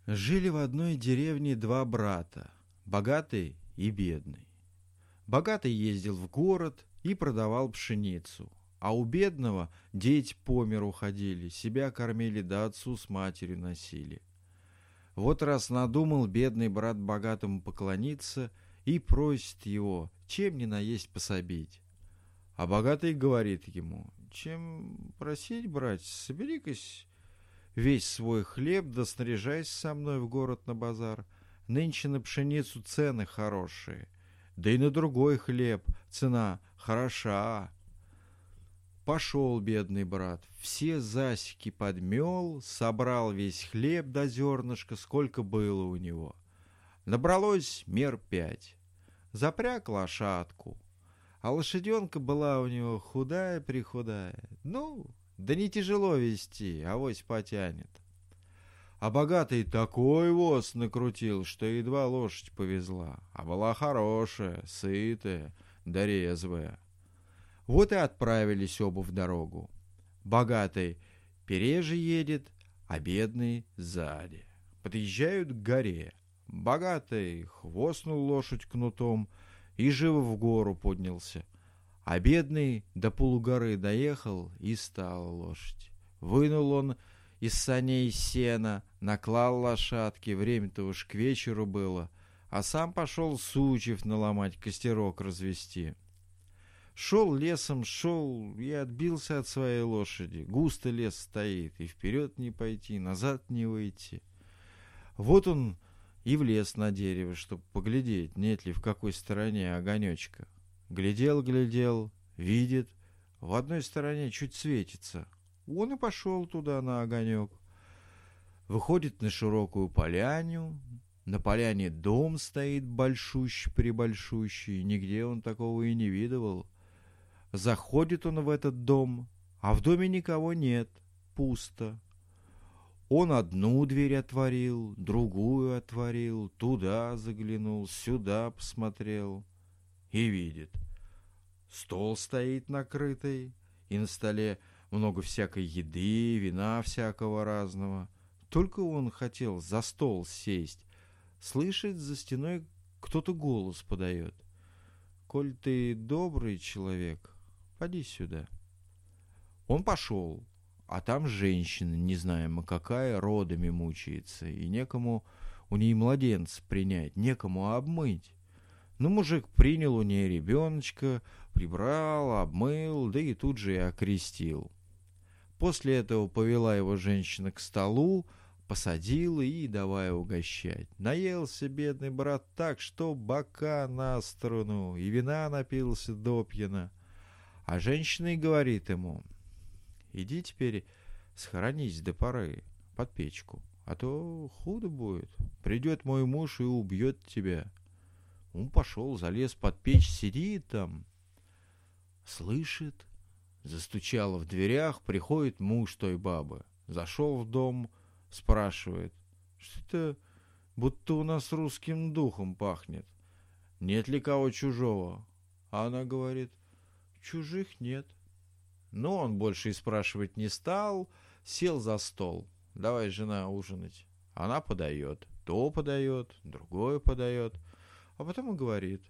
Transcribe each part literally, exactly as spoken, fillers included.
Жили в одной деревне два брата, богатый и бедный. Богатый ездил в город и продавал пшеницу, а у бедного дети по миру ходили, себя кормили да отцу с матерью носили. Вот раз надумал бедный брат богатому поклониться и просит его, чем ни наесть пособить. А богатый говорит ему: чем просить, брать, собери-кась весь свой хлеб, да снаряжайся со мной в город на базар. Нынче на пшеницу цены хорошие, да и на другой хлеб цена хороша. Пошел бедный брат, все засеки подмел, собрал весь хлеб до зернышка, сколько было у него. Набралось мер пять. Запряг лошадку, а лошаденка была у него худая-прихудая. Ну, да не тяжело вести, авось потянет. А богатый такой воз накрутил, что едва лошадь повезла, а была хорошая, сытая да резвая. Вот и отправились оба в дорогу. Богатый переже едет, а бедный сзади. Подъезжают к горе. Богатый хвостнул лошадь кнутом и живо в гору поднялся. А бедный до полугоры доехал, и стала лошадь. Вынул он из саней сена, наклал лошадки, время-то уж к вечеру было, а сам пошел сучьев наломать, костерок развести. Шел лесом, шел и отбился от своей лошади. Густо лес стоит, и вперед не пойти, назад не выйти. Вот он и влез на дерево, чтобы поглядеть, нет ли в какой стороне огонечка. Глядел, глядел, видит, в одной стороне чуть светится. Он и пошел туда на огонек. Выходит на широкую поляню. На поляне дом стоит большущий-пребольшущий, нигде он такого и не видывал. Заходит он в этот дом, а в доме никого нет, пусто. Он одну дверь отворил, другую отворил, туда заглянул, сюда посмотрел и видит. Стол стоит накрытый, и на столе много всякой еды, вина всякого разного. Только он хотел за стол сесть, слышит, за стеной кто-то голос подает: «Коль ты добрый человек, поди сюда». Он пошел, а там женщина, не знаемо какая, родами мучается, и некому у ней младенца принять, некому обмыть. Ну, мужик принял у ней ребеночка, прибрал, обмыл, да и тут же и окрестил. После этого повела его женщина к столу, посадила и давай угощать. Наелся бедный брат так, что бока на струну, и вина напился допьяна. А женщина и говорит ему: иди теперь схоронись до поры под печку, а то худо будет. Придет мой муж и убьет тебя. Он пошел, залез под печь, сидит там, слышит, застучало в дверях, приходит муж той бабы. Зашел в дом, спрашивает: что-то будто у нас русским духом пахнет. Нет ли кого чужого? А она говорит: чужих нет. Но он больше и спрашивать не стал, сел за стол. Давай, жена, ужинать. Она подает, то подает, другое подает. А потом и говорит: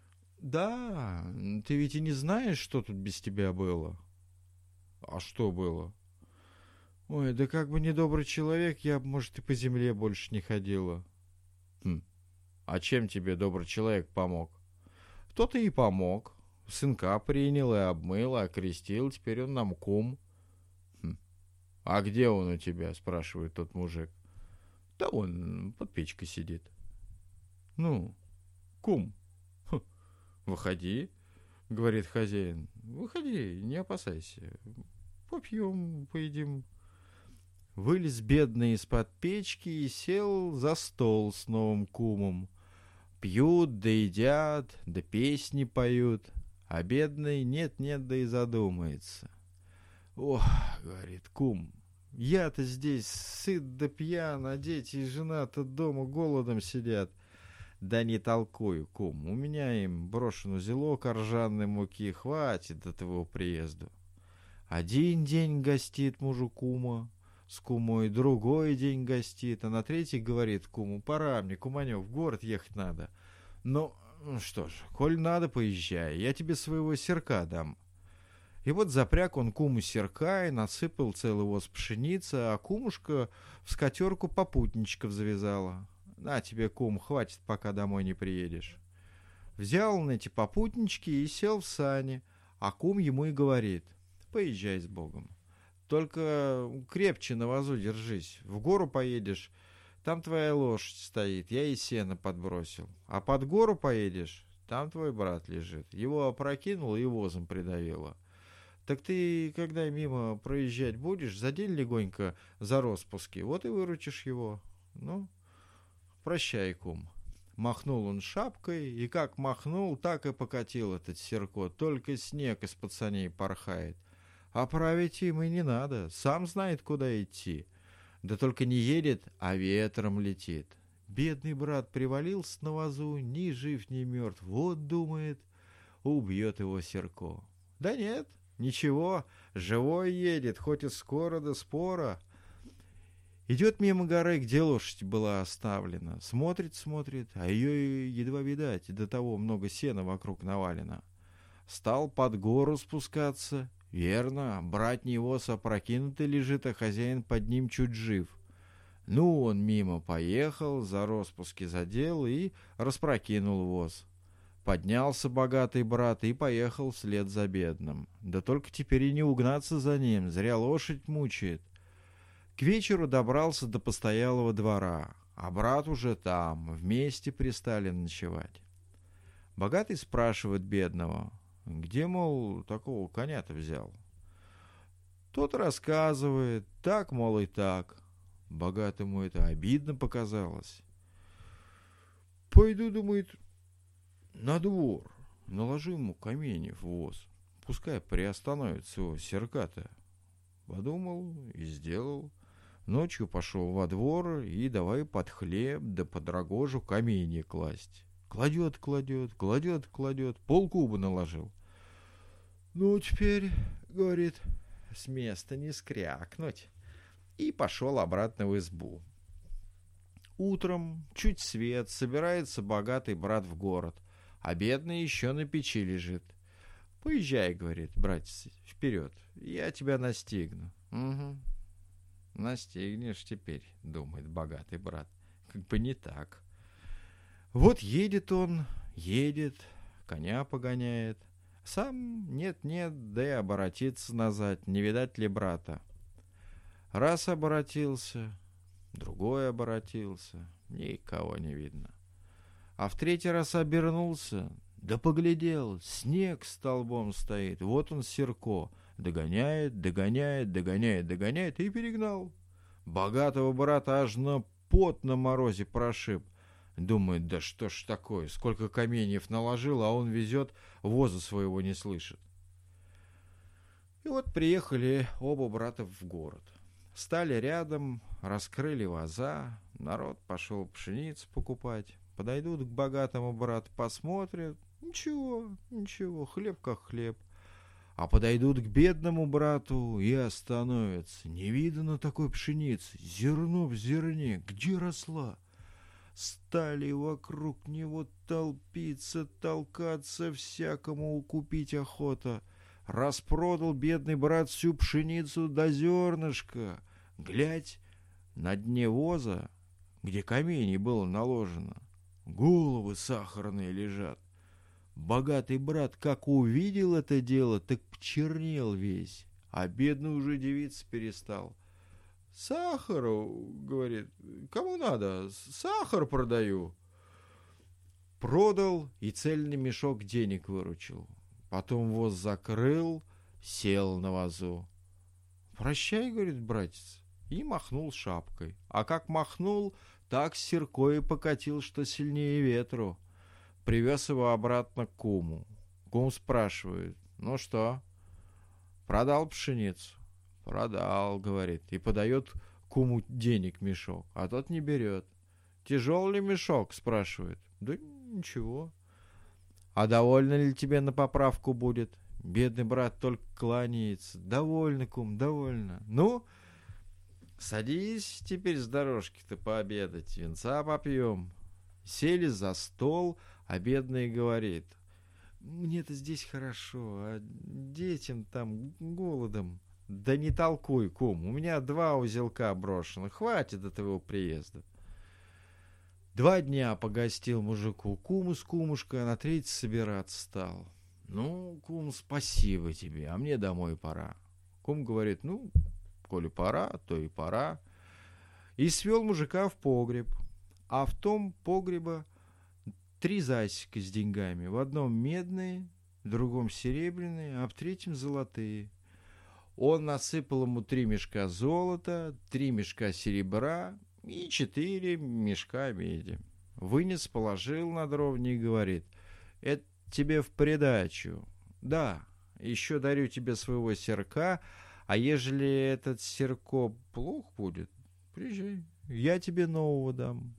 да, ты ведь и не знаешь, что тут без тебя было. А что было? Ой, да как бы недобрый человек, я бы, может, и по земле больше не ходила. Хм. А чем тебе добрый человек помог? Тот и помог. Сынка принял и обмыл, окрестил, теперь он нам кум. Хм. А где он у тебя? Спрашивает тот мужик. Да он под печкой сидит. Ну, кум, хм. Выходи, говорит хозяин. Выходи, не опасайся. Попьем, поедим. Вылез бедный из-под печки и сел за стол с новым кумом. Пьют, да едят, да песни поют. А бедный нет-нет, да и задумается. Ох, говорит кум, я-то здесь сыт да пьян, а дети и жена-то дома голодом сидят. Да не толкую, кум, у меня им брошен узелок ржаной муки, хватит до твоего приезду. Один день гостит мужу кума, с кумой другой день гостит, а на третий говорит куму: пора мне, куманек, в город ехать надо. Ну, что ж, коль надо, поезжай, я тебе своего серка дам. И вот запряг он куму серка и насыпал целый воз пшеницы, а кумушка в скатерку попутничков завязала. На тебе, кум, хватит, пока домой не приедешь. Взял он эти попутнички и сел в сани, а кум ему и говорит: поезжай с Богом. Только крепче на вазу держись, в гору поедешь, там твоя лошадь стоит, я и сено подбросил. А под гору поедешь, там твой брат лежит, его опрокинуло и возом придавило. Так ты, когда мимо проезжать будешь, задень легонько за распуски, вот и выручишь его. Ну, прощай, кум. Махнул он шапкой, и как махнул, так и покатил этот серко, только снег из-под саней порхает. А править им и не надо, сам знает, куда идти. Да только не едет, а ветром летит. Бедный брат привалился на вазу, ни жив, ни мертв. Вот, думает, убьет его серко. Да нет, ничего, живой едет, хоть и скоро да спора. Идет мимо горы, где лошадь была оставлена. Смотрит, смотрит, а ее едва видать, до того много сена вокруг навалено. Стал под гору спускаться. Верно, братний воз опрокинутый лежит, а хозяин под ним чуть жив. Ну, он мимо поехал, за распуски задел и распрокинул воз. Поднялся богатый брат и поехал вслед за бедным. Да только теперь и не угнаться за ним, зря лошадь мучает. К вечеру добрался до постоялого двора, а брат уже там, вместе пристали ночевать. Богатый спрашивает бедного: где, мол, такого коня-то взял? Тот рассказывает: так, мол, и так. Богатому это обидно показалось. Пойду, думает, на двор, наложу ему каменьев в воз, пускай приостановится его серка-то. Подумал и сделал. Ночью пошел во двор и давай под хлеб да под рогожу каменья класть. Кладет, кладет, кладет, кладет, полкуба наложил. Ну, теперь, говорит, с места не скрякнуть. И пошел обратно в избу. Утром, чуть свет, собирается богатый брат в город, а бедный еще на печи лежит. Поезжай, говорит, братец, вперед, я тебя настигну. Угу. Настигнешь теперь, думает богатый брат, как бы не так. Вот едет он, едет, коня погоняет. Сам нет-нет, да и оборотится назад, не видать ли брата. Раз оборотился, другой оборотился, никого не видно. А в третий раз обернулся, да поглядел, снег столбом стоит, вот он серко, догоняет, догоняет, догоняет, догоняет и перегнал. Богатого брата аж на пот на морозе прошиб. Думает, да что ж такое, сколько каменьев наложил, а он везет, воза своего не слышит. И вот приехали оба брата в город. Стали рядом, раскрыли ваза, народ пошел пшеницу покупать. Подойдут к богатому брату, посмотрят, ничего, ничего, хлеб как хлеб. А подойдут к бедному брату и остановятся. Не видано такой пшеницы, зерно в зерне, где росла? Стали вокруг него толпиться, толкаться, всякому купить охота. Распродал бедный брат всю пшеницу до зернышка. Глядь, на дне воза, где каменье было наложено, головы сахарные лежат. Богатый брат, как увидел это дело, так почернел весь, а бедный уже дивиться перестал. «Сахару, — говорит, — кому надо, сахар продаю». Продал и цельный мешок денег выручил. Потом воз закрыл, сел на вазу. «Прощай, — говорит, — братец», и махнул шапкой. А как махнул, так серко и покатил, что сильнее ветру. Привез его обратно к куму. Кум спрашивает: ну что, продал пшеницу? Продал, говорит, и подает куму денег мешок, а тот не берет. Тяжел ли мешок, спрашивает. Да ничего. А довольно ли тебе на поправку будет? Бедный брат только кланяется. Довольно, кум, довольно. Ну, Садись теперь с дорожки-то пообедать, винца попьем. Сели за стол, а бедный говорит: мне-то здесь хорошо, а детям там голодом. Да не толкуй, кум, у меня два узелка брошено, хватит до твоего приезда. Два дня погостил мужику кум с кумушкой, а на третий собираться стал. Ну, кум, спасибо тебе, а мне домой пора. Кум говорит: ну, коли пора, то и пора. И свел мужика в погреб. А в том погреба три засека с деньгами. В одном медные, в другом серебряные, а в третьем золотые. Он насыпал ему три мешка золота, три мешка серебра и четыре мешка меди. Вынес, положил на дровни и говорит: это тебе в придачу. Да, еще дарю тебе своего серка, а ежели этот серко плох будет, приезжай, я тебе нового дам.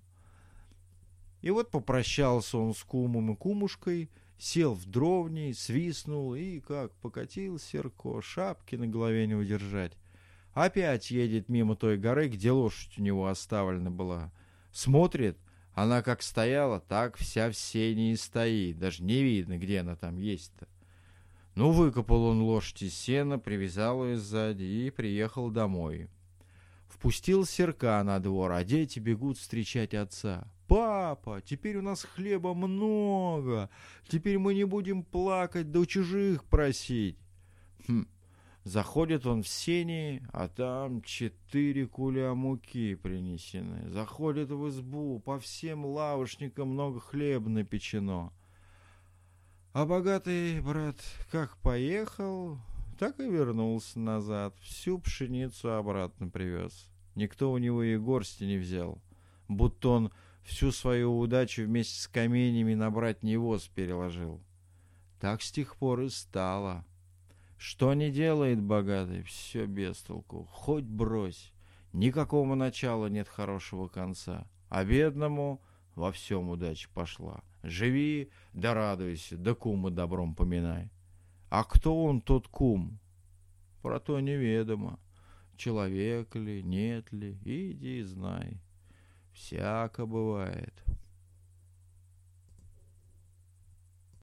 И вот попрощался он с кумом и кумушкой, сел в дровни, свистнул, и как покатил серко, шапки на голове не удержать. Опять едет мимо той горы, где лошадь у него оставлена была. Смотрит, она как стояла, так вся в сене и стоит, даже не видно, где она там есть-то. Ну, выкопал он лошадь из сена, привязал ее сзади и приехал домой. Впустил серка на двор, а дети бегут встречать отца. «Папа, теперь у нас хлеба много, теперь мы не будем плакать, да у чужих просить». Хм. Заходит он в сени, а там четыре куля муки принесены. Заходит в избу, по всем лавочникам много хлеба напечено. А богатый брат как поехал, так и вернулся назад. Всю пшеницу обратно привез. Никто у него и горсти не взял, будто он всю свою удачу вместе с каменями на братний воз переложил. Так с тех пор и стало. Что не делает богатый, все без толку. Хоть брось, никакого начала нет хорошего конца. А бедному во всем удача пошла. Живи, да радуйся, да кума добром поминай. А кто он, тот кум? Про то неведомо. Человек ли, нет ли, иди знай. Всяко бывает.